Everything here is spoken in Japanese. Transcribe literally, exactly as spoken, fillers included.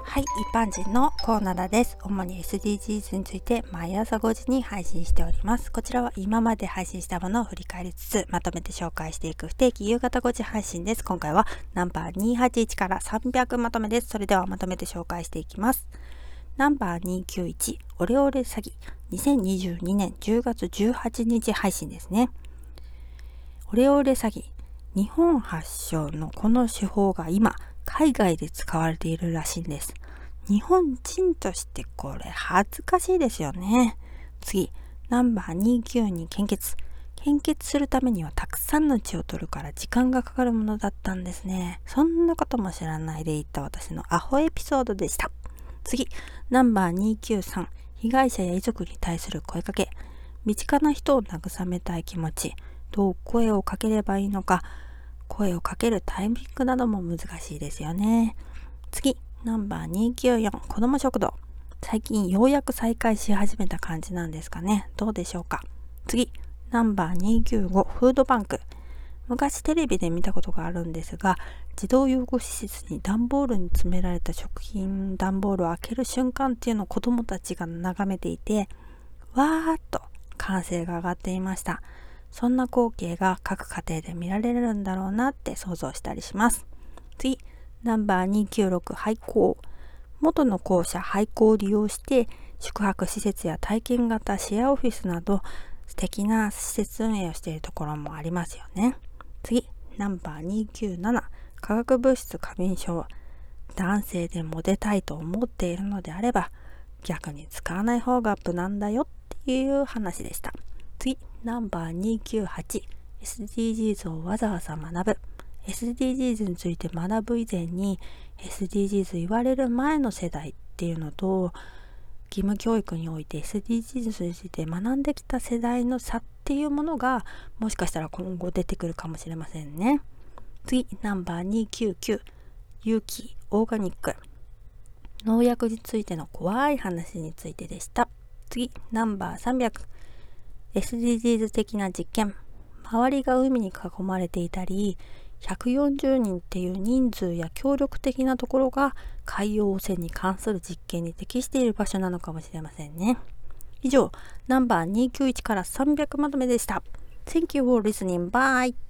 はい、一般人のコーナーです。主に エスディージーズ について毎朝ごじに配信しております。こちらは今まで配信したものを振り返りつつ、まとめて紹介していく不定期夕方ごじ配信です。今回はナンバーにひゃくはちじゅういちからさんびゃくまとめです。それではまとめて紹介していきます。ナンバーにひゃくきゅうじゅういち、オレオレ詐欺、にせんにじゅうにねんじゅうがつじゅうはちにち配信ですね。オレオレ詐欺、日本発祥のこの手法が今、海外で使われているらしいんです。日本人としてこれ恥ずかしいですよね。次、ナンバーにひゃくきゅうじゅうに献血。献血するためにはたくさんの血を取るから時間がかかるものだったんですね。そんなことも知らないでいった私のアホエピソードでした。次、ナンバーにひゃくきゅうじゅうさん。被害者や遺族に対する声かけ。身近な人を慰めたい気持ち。どう声をかければいいのか。声をかけるタイミングなども難しいですよね。次、ナンバーにひゃくきゅうじゅうよん、子ども食堂。最近ようやく再開し始めた感じなんですかね。どうでしょうか。次、ナンバーにひゃくきゅうじゅうご、フードバンク。昔テレビで見たことがあるんですが、児童養護施設に段ボールに詰められた食品段ボールを開ける瞬間っていうのを子どもたちが眺めていて、わーっと歓声が上がっていました。そんな光景が各家庭で見られるんだろうなって想像したりします。次、ナンバーにひゃくきゅうじゅうろく、廃校。元の校舎廃校を利用して宿泊施設や体験型シェアオフィスなど素敵な施設運営をしているところもありますよね。次、ナンバーにひゃくきゅうじゅうなな、化学物質過敏症。男性でモテたいと思っているのであれば逆に使わない方が無難だよっていう話でした。次、ナンバーにひゃくきゅうじゅうはち、エスディージーズ をわざわざ学ぶ。エスディージーズ について学ぶ以前に エスディージーズ 言われる前の世代っていうのと義務教育において エスディージーズ について学んできた世代の差っていうものがもしかしたら今後出てくるかもしれませんね。次、ナンバーにひゃくきゅうじゅうきゅう、有機オーガニック。農薬についての怖い話についてでした。次、ナンバーさんびゃく、エスディージーズ 的な実験。周りが海に囲まれていたりひゃくよんじゅうにんっていう人数や協力的なところが海洋汚染に関する実験に適している場所なのかもしれませんね。以上、ナンバーにひゃくきゅうじゅういちからさんびゃくまとめでした。Thank you for listening. Bye!